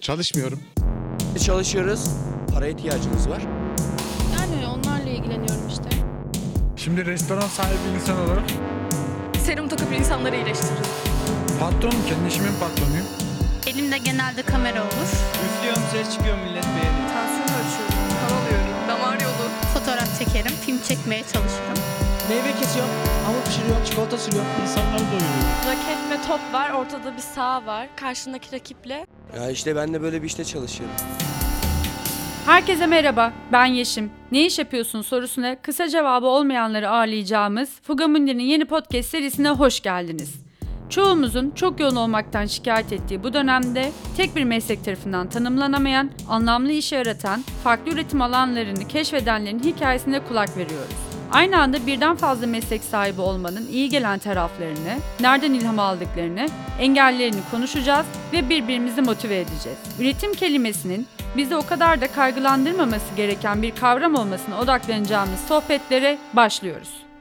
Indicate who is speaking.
Speaker 1: Çalışmıyorum.
Speaker 2: Çalışıyoruz. Para ihtiyacımız var.
Speaker 3: Yani onlarla ilgileniyorum işte.
Speaker 1: Şimdi restoran sahibi insan olarak
Speaker 3: Serum takıp insanları iyileştiririm.
Speaker 1: patronum, kendi işimin patronuyum.
Speaker 4: Elimde genelde kamera olur.
Speaker 5: Üflüyorum, ses çıkıyor, millet beğeniyor.
Speaker 3: Tansiyon ölçüyorum, kan alıyorum, damar yolu.
Speaker 4: Fotoğraf çekerim, film çekmeye çalışırım.
Speaker 6: Meyve kesiyorum, hamur pişiriyorum, çikolata sürüyorum.
Speaker 5: İnsanları doyuruyor.
Speaker 7: Raket ve top var, ortada bir saha var. Karşındaki rakiple.
Speaker 2: Ya işte ben de böyle bir işte çalışıyorum.
Speaker 8: Herkese merhaba, ben Yeşim. Ne iş yapıyorsun sorusuna kısa cevabı olmayanları ağırlayacağımız Fugamundi'nin yeni podcast serisine hoş geldiniz. Çoğumuzun çok yoğun olmaktan şikayet ettiği bu dönemde tek bir meslek tarafından tanımlanamayan, anlamlı işe yaratan, farklı üretim alanlarını keşfedenlerin hikayesine kulak veriyoruz. Aynı anda birden fazla meslek sahibi olmanın iyi gelen taraflarını, nereden ilham aldıklarını, engellerini konuşacağız ve birbirimizi motive edeceğiz. Üretim kelimesinin bizi o kadar da kaygılandırmaması gereken bir kavram olmasına odaklanacağımız sohbetlere başlıyoruz.